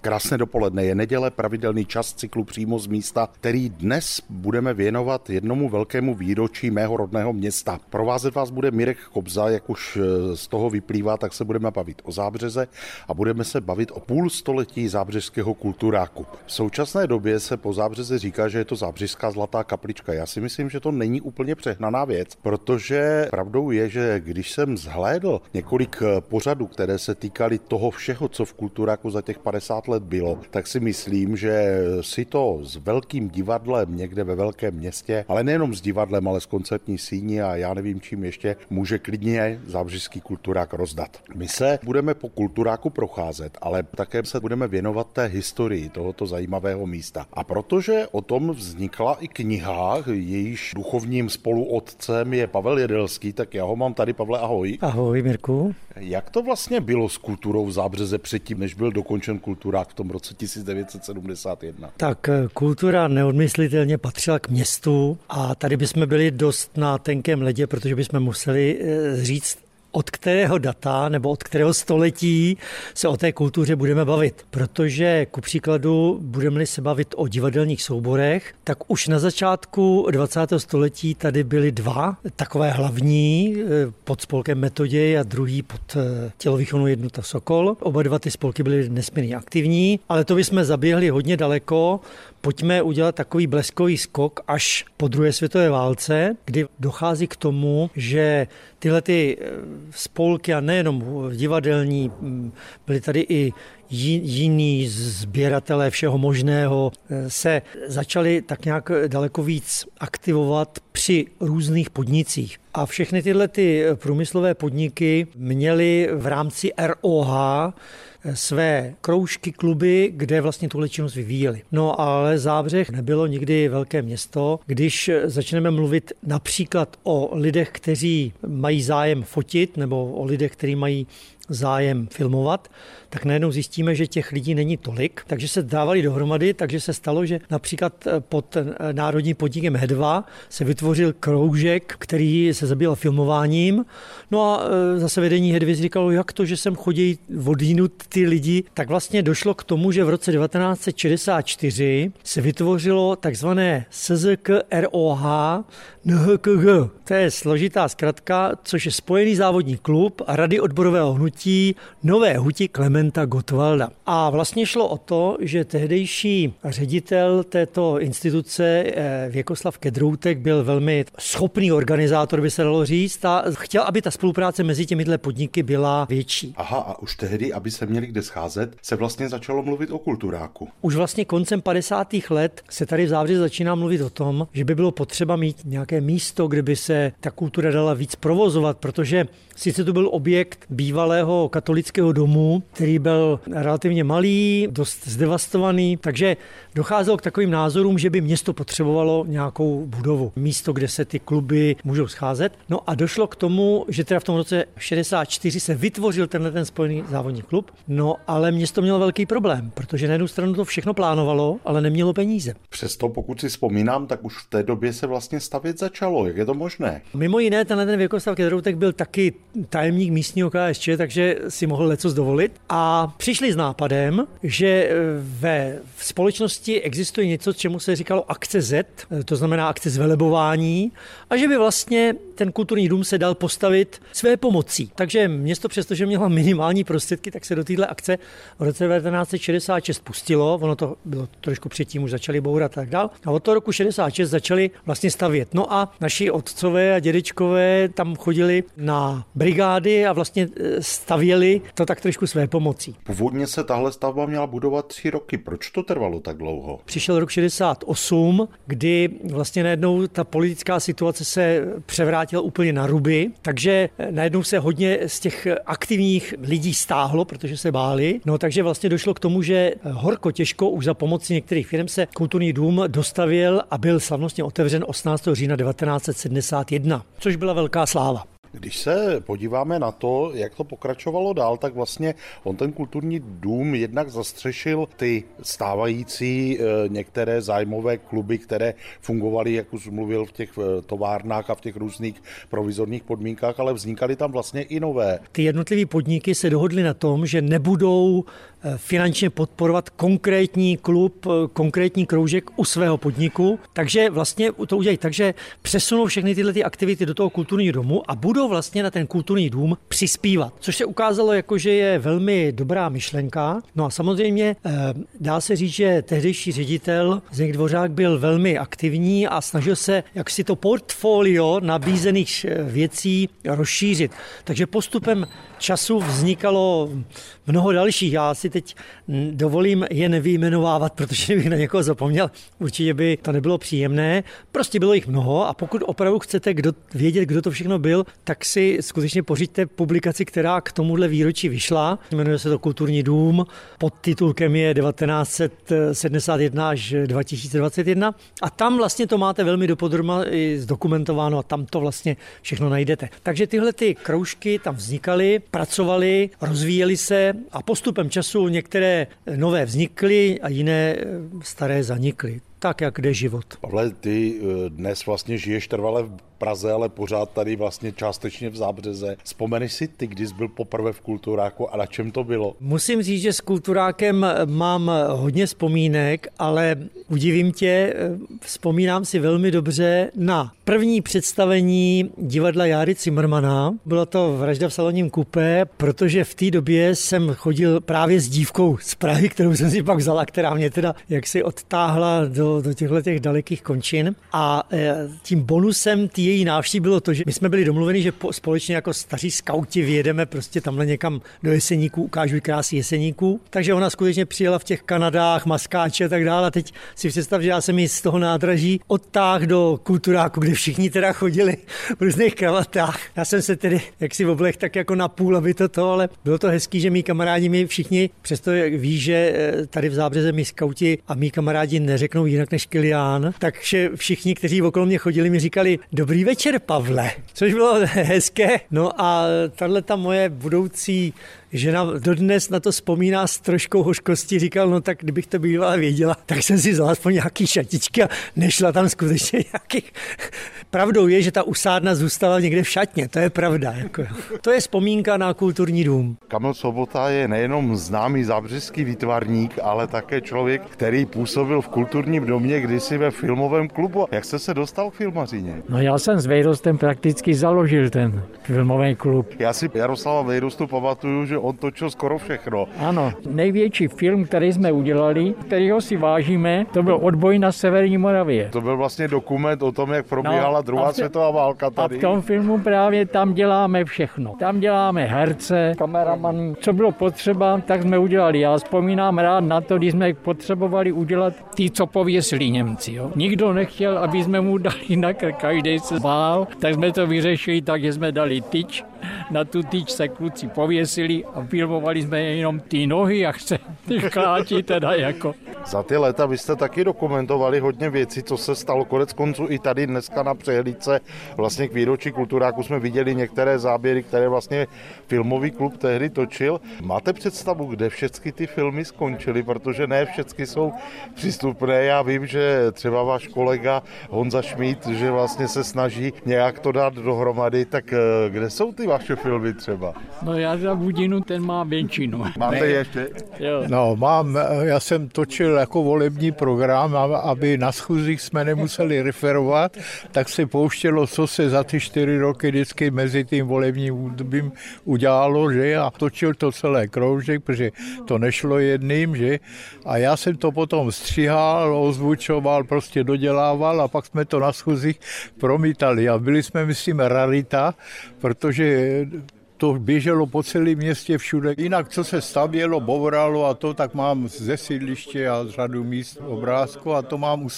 Krásné dopoledne, je neděle, pravidelný čas cyklu Přímo z místa, který dnes budeme věnovat jednomu velkému výročí mého rodného města. Provázet vás bude Mirek Kobza, jak už z toho vyplývá, tak se budeme bavit o Zábřeze a budeme se bavit o půlstoletí zábřežského kulturáku. V současné době se po Zábřeze říká, že je to zábřežská zlatá kaplička. Já si myslím, že to není úplně přehnaná věc, protože pravdou je, že když jsem zhlédl několik pořadů, které se týkaly toho všeho, co v kulturáku za těch 50 let bylo, tak si myslím, že si to s velkým divadlem někde ve velkém městě, ale nejenom s divadlem, ale s koncertní síní a já nevím čím ještě, může klidně zábřežský kulturák rozdat. My se budeme po kulturáku procházet, ale také se budeme věnovat té historii tohoto zajímavého místa. A protože o tom vznikla i kniha, jejíž duchovním spoluotcem je Pavel Jedelský, tak já ho mám tady. Pavle, ahoj. Ahoj, Mirku. Jak to vlastně bylo s kulturou v Zábřeze předtím, než byl dokončen kulturák v tom roce 1971? Tak kultura neodmyslitelně patřila k městu a tady bychom byli dost na tenkém ledě, protože bychom museli říct, od kterého data nebo od kterého století se o té kultuře budeme bavit. Protože ku příkladu budeme-li se bavit o divadelních souborech, tak už na začátku 20. století tady byly dva takové hlavní, pod spolkem Metoděj a druhý pod tělovýchovnou jednota Sokol. Oba dva ty spolky byly nesmírně aktivní, ale to bychom zaběhli hodně daleko. Pojďme udělat takový bleskový skok až po druhé světové válce, kdy dochází k tomu, že tyhle ty spolky a nejenom divadelní, byly tady i jiní sběratelé všeho možného, se začali tak nějak daleko víc aktivovat při různých podnicích. A všechny tyhle ty průmyslové podniky měly v rámci ROH své kroužky, kluby, kde vlastně tuhle činnost vyvíjeli. No ale Zábřeh nebylo nikdy velké město. Když začneme mluvit například o lidech, kteří mají zájem fotit, nebo o lidech, kteří mají zájem filmovat, tak najednou zjistíme, že těch lidí není tolik, takže se dávali dohromady, takže se stalo, že například pod národním podnikem Hedva se vytvořil kroužek, který se zabýval filmováním. No a zase vedení Hedvy říkalo, jak to, že sem chodí odjinud ty lidi, tak vlastně došlo k tomu, že v roce 1964 se vytvořilo takzvané SZKROH NHKG. To je složitá zkratka, což je Spojený závodní klub a Rady odborového hnutí Nové huti Klementa Gottwalda. A vlastně šlo o to, že tehdejší ředitel této instituce Věkoslav Kedroutek byl velmi schopný organizátor, by se dalo říct, a chtěl, aby ta spolupráce mezi těmihle podniky byla větší. Aha, a už tehdy, aby se měli kde scházet, se vlastně začalo mluvit o kulturáku. Už vlastně koncem 50. let se tady v Zábřeži začíná mluvit o tom, že by bylo potřeba mít nějaké místo, kde by se ta kultura dala víc provozovat, protože sice to byl objekt bývalého katolického domu, který byl relativně malý, dost zdevastovaný, takže docházelo k takovým názorům, že by město potřebovalo nějakou budovu, místo, kde se ty kluby můžou scházet. No a došlo k tomu, že teda v tom roce 64 se vytvořil ten Spojený závodní klub, no ale město mělo velký problém, protože na jednu stranu to všechno plánovalo, ale nemělo peníze. Přesto, pokud si vzpomínám, tak už v té době se vlastně stavět začalo. Jak je to možné? Mimo jiné, ten Věkoslav Kedroutek byl taky tajemník místního KSČ, takže si mohl lecos dovolit. A přišli s nápadem, že ve společnosti existuje něco, čemu se říkalo akce Z, to znamená akce zvelebování, a že by vlastně ten kulturní dům se dal postavit své pomocí. Takže město, přestože mělo minimální prostředky, tak se do téhle akce v roce 1966 pustilo. Ono to bylo trošku předtím, už začali bourat a tak dál. A od toho roku 66 začali vlastně stavět. No a naši otcové a dědečkové tam chodili na brigády a vlastně stavěli to tak trošku své pomocí. Původně se tahle stavba měla budovat 3 roky. Proč to trvalo tak dlouho? Přišel rok 68, kdy vlastně najednou ta politická situace se převrátila úplně na ruby, takže najednou se hodně z těch aktivních lidí stáhlo, protože se báli. No takže vlastně došlo k tomu, že horko těžko už za pomoci některých firm se kulturní dům dostavěl a byl slavnostně otevřen 18. října 1971, což byla velká sláva. Když se podíváme na to, jak to pokračovalo dál, tak vlastně on ten kulturní dům jednak zastřešil ty stávající některé zájmové kluby, které fungovaly, jak už mluvil, v těch továrnách a v těch různých provizorních podmínkách, ale vznikaly tam vlastně i nové. Ty jednotlivé podniky se dohodly na tom, že nebudou finančně podporovat konkrétní klub, konkrétní kroužek u svého podniku, takže vlastně to udělají tak, že přesunou všechny tyhle ty aktivity do toho kulturního domu a budou vlastně na ten kulturní dům přispívat, což se ukázalo jako, že je velmi dobrá myšlenka. No a samozřejmě dá se říct, že tehdejší ředitel Zdeněk Dvořák byl velmi aktivní a snažil se jak si to portfolio nabízených věcí rozšířit. Takže postupem času vznikalo mnoho dalších. Já si teď dovolím je nevyjmenovávat, protože bych na někoho zapomněl. Určitě by to nebylo příjemné. Prostě bylo jich mnoho a pokud opravdu chcete vědět, kdo to všechno byl, tak si skutečně pořiďte publikaci, která k tomuhle výročí vyšla. Jmenuje se to Kulturní dům, podtitulkem je 1971 až 2021 a tam vlastně to máte velmi dopodrobna i zdokumentováno a tam to vlastně všechno najdete. Takže tyhle ty kroužky tam vznikaly, pracovaly, rozvíjely se a postupem času některé nové vznikly a jiné staré zanikly. Tak, jak jde život. Pavle, ty dnes vlastně žiješ trvale v Praze, ale pořád tady vlastně částečně v Zábřeze. Vzpomeneš si ty, kdy jsi byl poprvé v Kulturáku a na čem to bylo? Musím říct, že s Kulturákem mám hodně vzpomínek, ale udivím tě, vzpomínám si velmi dobře na první představení divadla Járy Cimrmana. Bylo to Vražda v salonním kupé, protože v té době jsem chodil právě s dívkou z Prahy, kterou jsem si pak vzala, která mě teda jaksi odtáhla do těchto těch dalekých končin. A tím bonusem té její návštěvy bylo to, že my jsme byli domluveni, že společně jako staří skauti vyjedeme prostě tamhle někam do Jeseníků, ukážu krásy Jeseníků. Takže ona skutečně přijela v těch Kanadách, maskáče a tak dále. A teď si představ, že já jsem ji z toho nádraží odtáhl do Kulturáku, kde všichni teda chodili v různých kravatách. Já jsem se tedy jaksi oblech tak jako na půl, aby to, ale bylo to hezký, že mý kamarádi mi všichni, přesto ví, že tady v Zábřeze mi skauti a mý kamarádi neřeknou jinak než Kilián, takže všichni, kteří okolo mě chodili, mi říkali dobrý večer, Pavle, což bylo hezké. No a tato moje budoucí žena dodnes na to vzpomíná s troškou hořkosti, říkal, no tak kdybych to bývala věděla, tak jsem si vzala aspoň nějaký šatičky a nešla tam skutečně nějakých. Pravdou je, že ta usádna zůstala někde v šatně, to je pravda. Jako. To je vzpomínka na Kulturní dům. Kamil Sobota je nejenom známý zábřezský výtvarník, ale také člověk, který působil v Kulturním domě kdysi ve filmovém klubu. Jak jste se dostal k filmařině? No já jsem s Vejrostem prakticky založil ten filmový klub. Já si Jaroslava Vejrostu pamatuju, že on točil skoro všechno. Ano, největší film, který jsme udělali, kterýho si vážíme, to byl Odboj na severní Moravě. To byl vlastně dokument o tom, jak probíhala druhá světová válka tady. A v tom filmu právě tam děláme všechno. Tam děláme herce, kameraman, co bylo potřeba, tak jsme udělali. Já vzpomínám rád na to, když jsme potřebovali udělat ty, co pověsili Němci. Jo. Nikdo nechtěl, aby jsme mu dali na krk, každý se bál, tak jsme to vyřešili tak, že jsme dali tyč. Na tu tyč se kluci pověsili a filmovali jsme jenom ty nohy a ty kláti teda jako. Za ty léta vy jste taky dokumentovali hodně věcí, co se stalo konec konců i tady dneska na přehlídce. Vlastně k výročí Kulturáku jsme viděli některé záběry, které vlastně filmový klub tehdy točil. Máte představu, kde všechny ty filmy skončily, protože ne všechny jsou přístupné. Já vím, že třeba váš kolega Honza Šmíd, že vlastně se snaží nějak to dát dohromady, tak kde jsou ty vaše filmy třeba? No já za Budinu, ten má většinu. Máte ještě? Jo. No mám, já jsem točil jako volební program, aby na schůzích jsme nemuseli referovat, tak se pouštělo, co se za ty 4 roky vždycky mezi tím volebním údobím udělalo, že? A točil to celé kroužek, protože to nešlo jedným, že? A já jsem to potom stříhal, ozvučoval, prostě dodělával a pak jsme to na schůzích promítali. A byli jsme, myslím, rarita, protože to běželo po celém městě všude. Jinak, co se stavělo, bouralo a to, tak mám ze sídliště a řadu míst obrázku a to mám u sebe.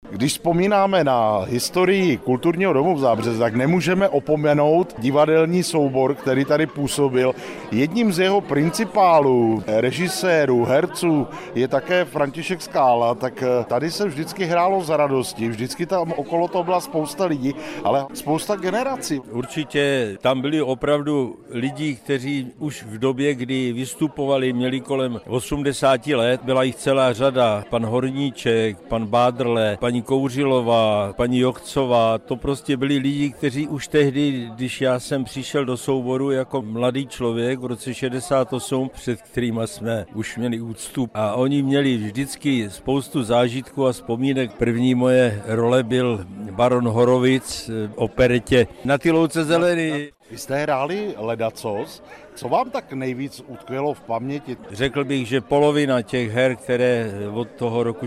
Když vzpomínáme na historii kulturního domu v Zábřezu, tak nemůžeme opomenout divadelní soubor, který tady působil. Jedním z jeho principálů, režisérů, herců je také František Skála, tak tady se vždycky hrálo za radosti, vždycky tam okolo toho byla spousta lidí, ale spousta generací. Určitě tam byli opravdu lidi, kteří už v době, kdy vystupovali, měli kolem 80 let, byla jich celá řada. Pan Horníček, pan Bádrle, paní Kouřilová, paní Jochcová, to prostě byli lidi, kteří už tehdy, když já jsem přišel do souboru jako mladý člověk v roce 68, před kterýma jsme už měli úctu a oni měli vždycky spoustu zážitků a vzpomínek. První moje role byl baron Horovic v operetě Na ty louce zelený. Vy jste hráli ledacos, co vám tak nejvíc utkvělo v paměti? Řekl bych, že polovina těch her, které od toho roku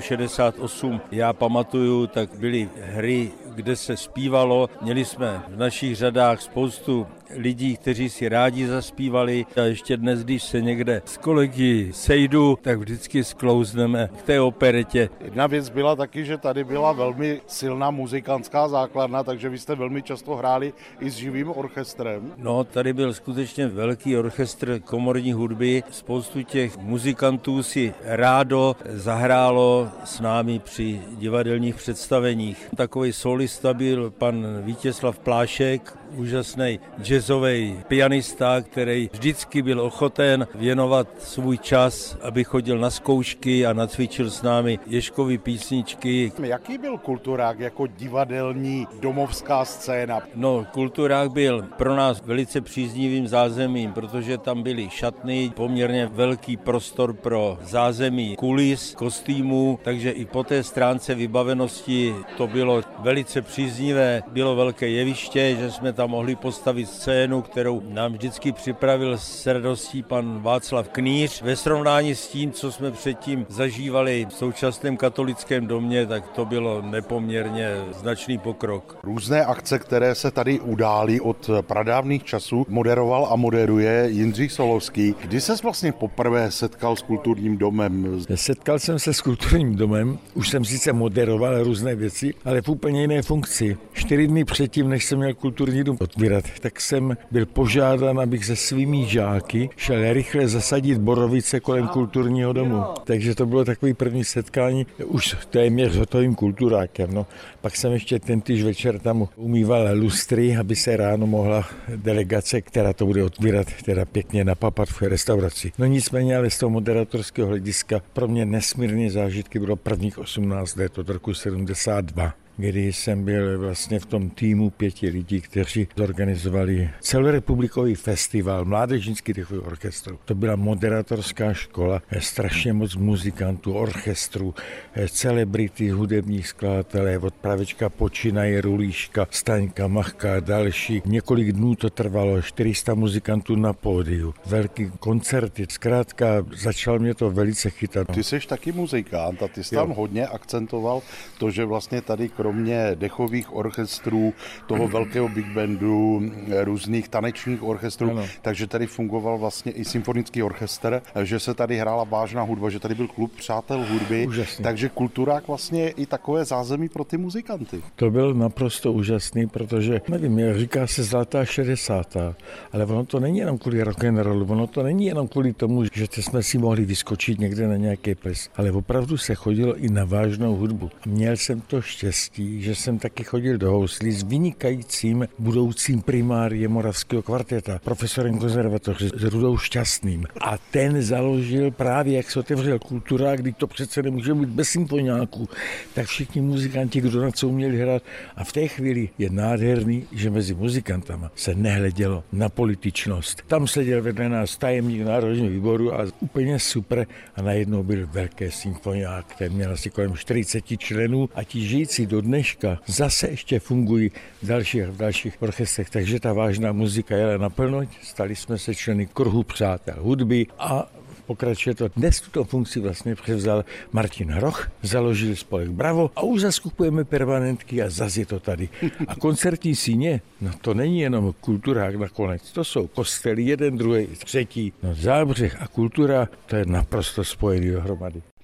68 já pamatuju, tak byly hry, kde se zpívalo. Měli jsme v našich řadách spoustu lidí, kteří si rádi zaspívali a ještě dnes, když se někde s kolegy sejdu, tak vždycky sklouzneme k té operetě. Jedna věc byla taky, že tady byla velmi silná muzikantská základna, takže vy jste velmi často hráli i s živým orchestrem. No, tady byl skutečně velký orchestr komorní hudby. Spoustu těch muzikantů si rádo zahrálo s námi při divadelních představeních. Takový solista byl pan Vítězslav Plášek, úžasný jazzový pianista, který vždycky byl ochoten věnovat svůj čas, aby chodil na zkoušky a nacvičil s námi Ježkovy písničky. Jaký byl Kulturák jako divadelní domovská scéna? No, Kulturák byl pro nás velice příznivým zázemím, protože tam byly šatny, poměrně velký prostor pro zázemí kulis, kostýmů, takže i po té stránce vybavenosti to bylo velice příznivé. Bylo velké jeviště, že jsme tam mohli postavit scénu, kterou nám vždycky připravil s radostí pan Václav Knýř. Ve srovnání s tím, co jsme předtím zažívali v současném katolickém domě, tak to bylo nepoměrně značný pokrok. Různé akce, které se tady udály od pradávných časů, moderoval a moderuje Jindřich Solovský. Kdy ses vlastně poprvé setkal s kulturním domem? Setkal jsem se s kulturním domem, už jsem sice moderoval různé věci, ale v úplně jiné funkci. 4 dny předtím, než jsem měl kulturní dům otvírat, tak jsem byl požádán, abych se svými žáky šel rychle zasadit borovice kolem kulturního domu. Takže to bylo takový první setkání už téměř hotovým kulturákem. No. Pak jsem ještě tentýž večer tam umýval lustry, aby se ráno mohla delegace, která to bude otvírat, teda pěkně napapat v restauraci. No nicméně, ale z toho moderatorského hlediska pro mě nesmírně zážitky bylo prvních 18 let od roku 72. Kdy jsem byl vlastně v tom týmu 5 lidí, kteří zorganizovali celorepublikový festival Mládežnický dechový orchestr. To byla moderátorská škola, strašně moc muzikantů, orchestrů, celebrity, hudebních skladatelé, od Pravečka počínaje, Rulíška, Staňka, Machka a další. Několik dnů to trvalo, 400 muzikantů na pódiu, velký koncerty, zkrátka začal mě to velice chytat. Ty jsi taky muzikant a ty jsi tam hodně akcentoval to, že vlastně tady kromě dechových orchestrů, toho velkého big bandu, různých tanečních orchestrů, ano. Takže tady fungoval vlastně i symfonický orchestr, že se tady hrála vážná hudba, že tady byl klub přátel hudby, úžasný. Takže Kulturák vlastně je i takové zázemí pro ty muzikanty. To byl naprosto úžasný, protože, nevím, říká se zlatá 60. ale ono to není jenom kvůli rock'n'rollu, ono to není jenom kvůli tomu, že jsme si mohli vyskočit někde na nějaký ples, ale opravdu se chodilo i na vážnou hudbu. A měl jsem to štěstí, že jsem taky chodil do houslí s vynikajícím budoucím primáriem Moravského kvarteta, profesorem konzervatoře s Rudou Šťastným. A ten založil právě, jak se otevřel Kulturák, kdy to přece nemůže být bez symfoniáků, tak všichni muzikanti, kdo na co uměli hrát. A v té chvíli je nádherný, že mezi muzikantama se nehledělo na političnost. Tam seděl vedle nás tajemník Národního výboru a úplně super. A najednou byl velký symfoniák, ten měl asi kolem 40 členů a ti žijící do dneška zase ještě fungují v dalších orchestrech, takže ta vážná muzika jela naplno, stali jsme se členy kruhu přátel hudby a pokračuje to. Dnes tuto funkci vlastně převzal Martin Hroch, založil spolek Bravo a už zaskupujeme permanentky a zase je to tady. A koncertní síně, no to není jenom Kulturák nakonec, to jsou kostely, jeden, druhý, třetí. No Zábřeh a kultura, to je naprosto spojený dohromady.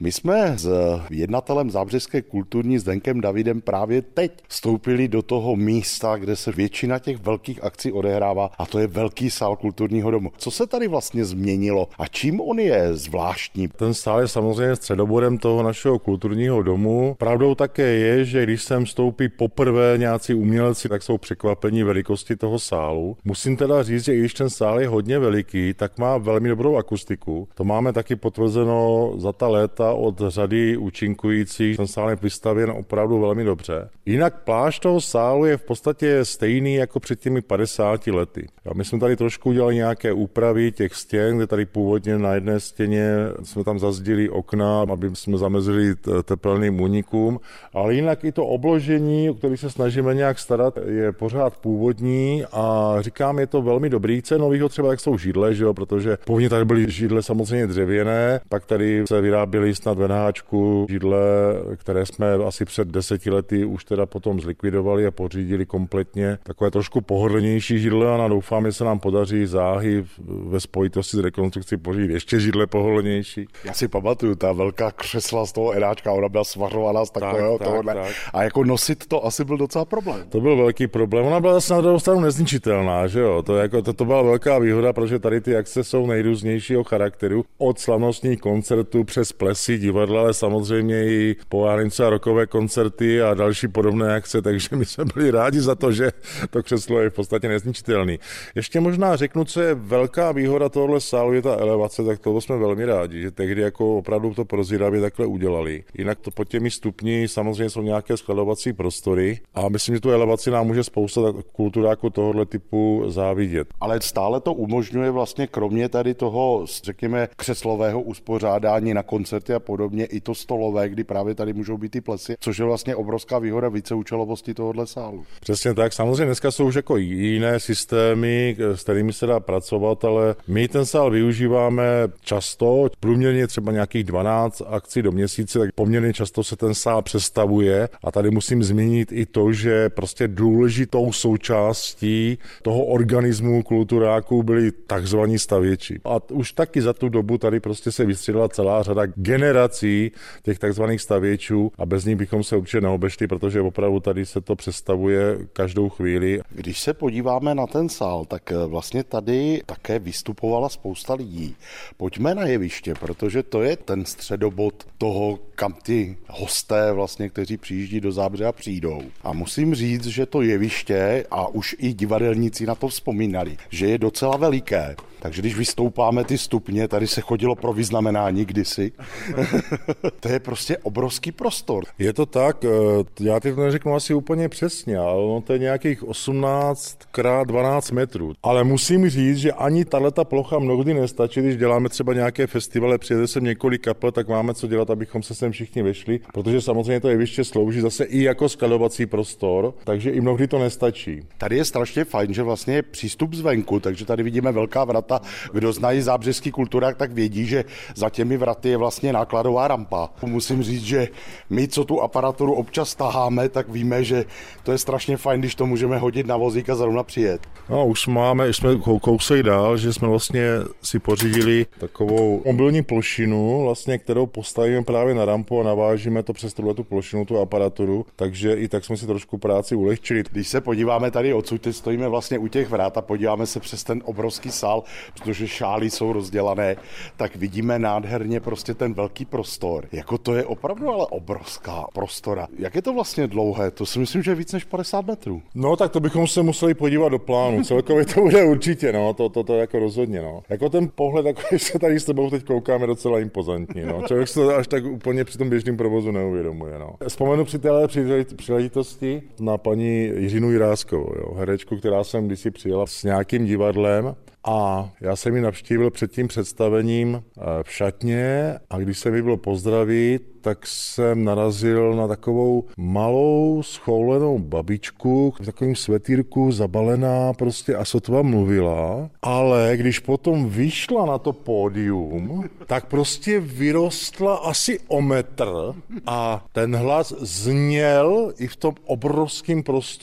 My jsme s jednatelem zábřežské kulturní Zdenkem Davidem právě teď vstoupili do toho místa, kde se většina těch velkých akcí odehrává, a to je velký sál kulturního domu. Co se tady vlastně změnilo a čím on je zvláštní? Ten sál je samozřejmě středobodem toho našeho kulturního domu. Pravdou také je, že když sem vstoupí poprvé nějací umělci, tak jsou překvapení velikosti toho sálu. Musím teda říct, že i když ten sál je hodně veliký, tak má velmi dobrou akustiku. To máme taky potvrzeno za ta léta od řady účinkujících. Ten sál je vystavěn opravdu velmi dobře. Jinak plášť toho sálu je v podstatě stejný jako před těmi 50 lety. My jsme tady trošku udělali nějaké úpravy těch stěn, kde tady původně na jedné stěně jsme tam zazdili okna, aby jsme zamezili tepelným únikům, ale jinak i to obložení, o které se snažíme nějak starat, je pořád původní a říkám, je to velmi dobrý. Cenovýho třeba jak jsou židle, že jo, protože původně tady byly židle samozřejmě dřevěné, pak tady se vyráběly snad ve Naháčku židle, které jsme asi před 10 lety už teda potom zlikvidovali a pořídili kompletně takové trošku pohodlnější židle a doufám, že se nám podaří záhy ve spojitosti s rekonstrukcí pořídit ještě židle pohodlnější. Já si pamatuju, ta velká křesla z toho Eráčka, ona byla svařovaná z takového tohohle. Tak. A jako nosit to asi byl docela problém. To byl velký problém. Ona byla na druhou stranu nezničitelná, že jo? To byla velká výhoda, protože tady ty akce jsou nejrůznějšího charakteru. Od slavnostních koncertů přes plesy, divadla, ale samozřejmě i povárnice a rockové koncerty a další podobné akce, takže my jsme byli rádi za to, že to křeslo je v podstatě nezničitelný. Ještě možná řeknu, co je velká výhoda tohohle sálu, je ta elevace, tak toho jsme velmi rádi, že tehdy jako opravdu to prozíravě takhle udělali. Jinak to pod těmi stupni samozřejmě jsou nějaké skladovací prostory a myslím, že tu elevaci nám může spousta kulturáků tohohle typu závidět. Ale stále to umožňuje vlastně kromě tady toho, řekněme, křeslového uspořádání na koncerty a podobně, i to stolové, kdy právě tady můžou být ty plesy, což je vlastně obrovská výhoda víceúčelovosti tohohle sálu. Přesně tak, samozřejmě dneska jsou už jako jiné systémy, s kterými se dá pracovat, ale my ten sál využíváme často, průměrně třeba nějakých 12 akcí do měsíce, tak poměrně často se ten sál přestavuje a tady musím zmínit i to, že prostě důležitou součástí toho organismu kulturáků byli takzvaní stavěči. A už taky za tu dobu tady prostě se vystřídala celá řada generací těch takzvaných stavěčů a bez nich bychom se určitě neobešli, protože opravdu tady se to přestavuje každou chvíli. Když se podíváme na ten sál, tak vlastně tady také vystupovala spousta lidí. Pojďme na jeviště, protože to je ten středobod toho, kam ty hosté vlastně, kteří přijíždí do Zábřeha, přijdou. A musím říct, že to jeviště, a už i divadelníci na to vzpomínali, že je docela veliké. Takže když vystoupáme ty stupně, tady se chodilo pro vyznamenání kdysi. To je prostě obrovský prostor. Je to tak, já teď to neřeknu asi úplně přesně, ale ono to je nějakých 18x12 metrů. Ale musím říct, že ani tato plocha mnohdy nestačí, když děláme třeba nějaké festivaly, přijede sem několik kapel, tak máme co dělat, abychom se sem všichni vešli, protože samozřejmě to jeviště slouží zase i jako skladovací prostor, takže i mnohdy to nestačí. Tady je strašně fajn, že vlastně je přístup zvenku, takže tady vidíme velká vrata. Kdo znají zábřežský kulturák, tak vědí, že za těmi vraty je vlastně nákladová rampa. Musím říct, že my, co tu aparaturu občas taháme, tak víme, že to je strašně fajn, když to můžeme hodit na vozík a zrovna přijet. No, už jsme kousek dál, že jsme vlastně si pořídili takovou mobilní plošinu, vlastně, kterou postavíme právě na rampu a navážíme to přes tu plošinu, tu aparaturu, takže i tak jsme si trošku práci ulehčili. Když se podíváme tady odsud, teď stojíme vlastně u těch vrat a podíváme se přes ten obrovský sál, protože šály jsou rozdělané, tak vidíme nádherně prostě ten velký prostor. Jako to je opravdu ale obrovská prostora. Jak je to vlastně dlouhé? To si myslím, že je víc než 50 metrů. No tak to bychom se museli podívat do plánu. Celkově to bude určitě, no, to jako rozhodně, no. Jako ten pohled, jako se tady s tebou teď koukáme, docela impozantní, no. Člověk se to až tak úplně při tom běžném provozu neuvědomuje, no. Vzpomenu při téhle příležitosti na paní Jiřinu Jiráskovou, jo, herečku, která jsem kdysi přijela s nějakým divadlem. A já jsem ji navštívil před tím představením v šatně a když jsem ji byl pozdravit, tak jsem narazil na takovou malou schoulenou babičku, v takovým svetýrku zabalená prostě a sotva mluvila, ale když potom vyšla na to pódium, tak prostě vyrostla asi o metr a ten hlas zněl i v tom obrovském prostoru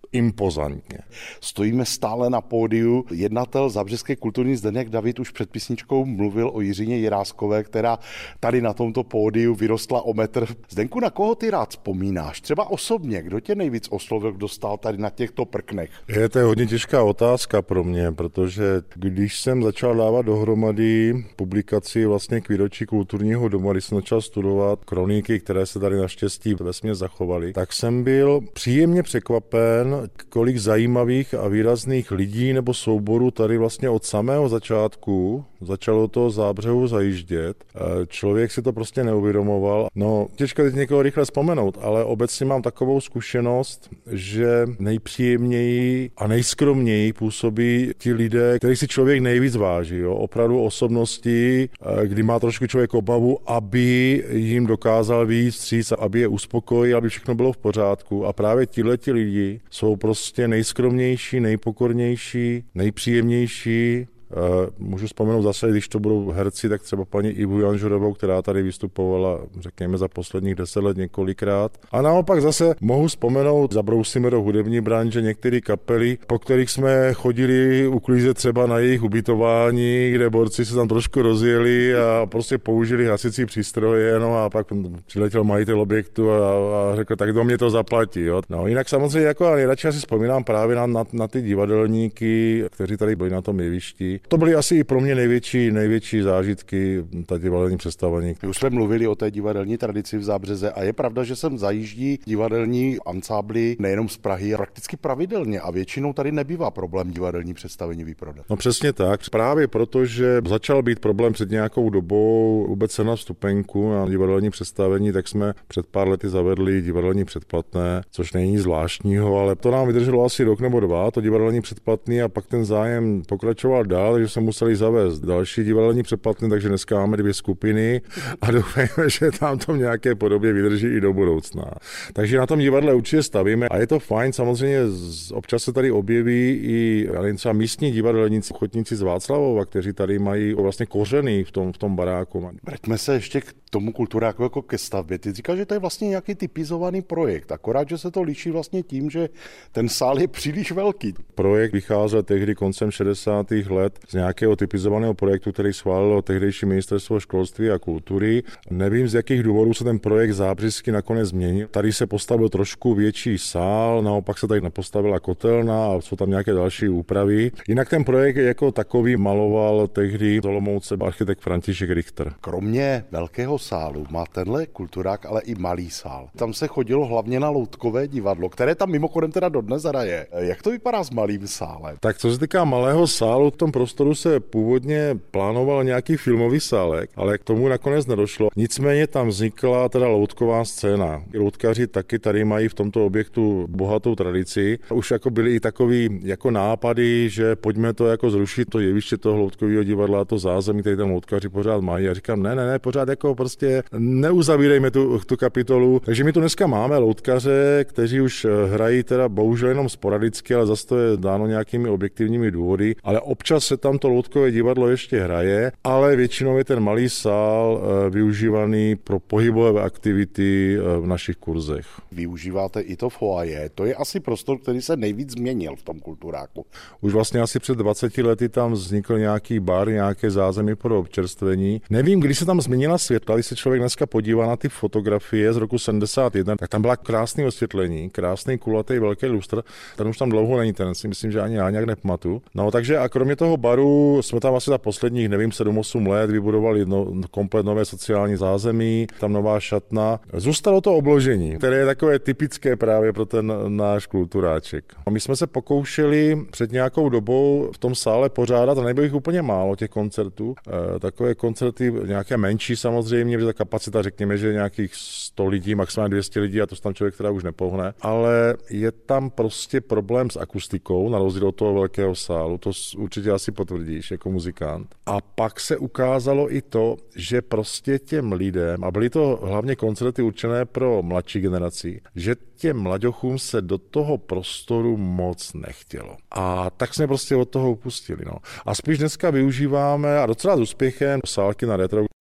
impozantně. Stojíme stále na pódiu. Jednatel Zábřehské kulturní Zdeněk David už před písničkou mluvil o Jiřině Jiráskové, která tady na tomto pódiu vyrostla o metr. Zdenku, na koho ty rád vzpomínáš? Třeba osobně, kdo tě nejvíc oslovil, kdo stál tady na těchto prknech? To je hodně těžká otázka pro mě, protože když jsem začal dávat dohromady publikaci vlastně k výročí kulturního domu, když jsem začal studovat kroniky, které se tady naštěstí vesměs zachovaly, tak jsem byl příjemně překvapen, kolik zajímavých a výrazných lidí nebo souborů tady vlastně od samého začátku začalo to Zábřehu zajíždět. Člověk si to prostě neuvědomoval. No, těžko teď někoho rychle vzpomenout, ale obecně mám takovou zkušenost, že nejpříjemněji a nejskromněji působí ti lidé, kterých si člověk nejvíc váží. Jo? Opravdu osobnosti, kdy má trošku člověk obavu, aby jim dokázal vyjít vstříc, aby je uspokojil, aby všechno bylo v pořádku. A právě tihleti lidi jsou prostě nejskromnější, nejpokornější, nejpříjemnější. Můžu vzpomenout zase, když to budou herci, tak třeba paní Ivu Janžurovou, která tady vystupovala, řekněme, za posledních 10 let několikrát. A naopak zase mohu vzpomenout, zabrousíme do hudební branže některé kapely, po kterých jsme chodili uklízet třeba na jejich ubytování, kde borci se tam trošku rozjeli a prostě použili hasicí přístroje, no a pak přiletěl majitel objektu a řekl, tak kdo mě to zaplatí. Jo? No jinak samozřejmě jako nejradši asi vzpomínám právě na ty divadelníky, kteří tady byli na tom jevišti. To byly asi i pro mě největší zážitky, ta divadelní představení. My už jsme mluvili o té divadelní tradici v Zábřeze a je pravda, že sem zajíždí divadelní ansábly nejenom z Prahy, prakticky pravidelně a většinou tady nebývá problém divadelní představení vyprodat. No přesně tak. Právě protože začal být problém před nějakou dobou vůbec cena vstupenku na divadelní představení, tak jsme před pár lety zavedli divadelní předplatné, což není zvláštního, ale to nám vydrželo asi rok nebo dva, to divadelní předplatný, a pak ten zájem pokračoval dál, takže jsme museli zavést další divadelní předplatné, takže dneska máme 2 skupiny a doufejme, že tam to v nějaké podobě vydrží i do budoucna. Takže na tom divadle určitě stavíme a je to fajn, samozřejmě občas se tady objeví i třeba místní divadelníci, ochotníci z Václavova, kteří tady mají vlastně kořeny v tom baráku. Vraťme se ještě k tomu kulturáku jako ke stavbě. Ty říkáš, že to je vlastně nějaký typizovaný projekt, akorát, že se to liší vlastně tím, že ten sál je příliš velký. Projekt vycházel tehdy koncem 60. let z nějakého typizovaného projektu, který schválilo tehdejší ministerstvo školství a kultury. Nevím, z jakých důvodů se ten projekt zábřesky nakonec změnil. Tady se postavil trošku větší sál, naopak se tady nepostavila kotelna a jsou tam nějaké další úpravy. Jinak ten projekt jako takový maloval tehdy v Olomouci architekt František Richter. Kromě velkého sálu má tenhle kulturák ale i malý sál. Tam se chodilo hlavně na loutkové divadlo, které tam mimochodem teda dodnes hraje. Jak to vypadá s malým sálem? Tak co se týká malého sálu, v tom prostoru se původně plánoval nějaký filmový sálek, ale k tomu nakonec nedošlo. Nicméně tam vznikla teda loutková scéna. Loutkaři taky tady mají v tomto objektu bohatou tradici. Už jako byly i takový jako nápady, že pojďme to jako zrušit, to jeviště toho loutkového divadla, to zázemí, který tam loutkaři pořád mají. A říkám, ne, pořád jako prostě neuzavírejme tu kapitolu. Takže my tu dneska máme loutkaře, kteří už hrají teda bohužel jenom sporadicky, ale zase to je dáno nějakými objektivními důvody, ale občas se tam to loutkové divadlo ještě hraje, ale většinou je ten malý sál využívaný pro pohybové aktivity v našich kurzech. Využíváte i to foyer, to je asi prostor, který se nejvíc změnil v tom kulturáku. Už vlastně asi před 20 lety tam vznikl nějaký bar, nějaké zázemí pro občerstvení. Nevím, kdy se tam změnila světla, když se člověk dneska podívá na ty fotografie z roku 71, tak tam byla krásné osvětlení, krásný kulatý velký lustr, ten už tam dlouho není, ten si myslím, že ani já nějak nepamatuju. No takže a kromě toho baru jsme tam asi za posledních, 7-8 let vybudovali komplet nové sociální zázemí, tam nová šatna. Zůstalo to obložení, které je takové typické právě pro ten náš kulturáček. A my jsme se pokoušeli před nějakou dobou v tom sále pořádat, a nebylo jich úplně málo těch koncertů, takové koncerty, nějaké menší samozřejmě, protože ta kapacita, řekněme, že nějakých 100 lidí, maximálně 200 lidí, a to tam člověk teda už nepohne, ale je tam prostě problém s akustikou, na rozdíl od toho velkého sálu, to určitě asi potvrdíš jako muzikant. A pak se ukázalo i to, že prostě těm lidem, a byly to hlavně koncerty určené pro mladší generaci, že těm mlaďochům se do toho prostoru moc nechtělo. A tak jsme prostě od toho upustili. No. A spíš dneska využíváme, a docela s úspěchem, sálky na retro.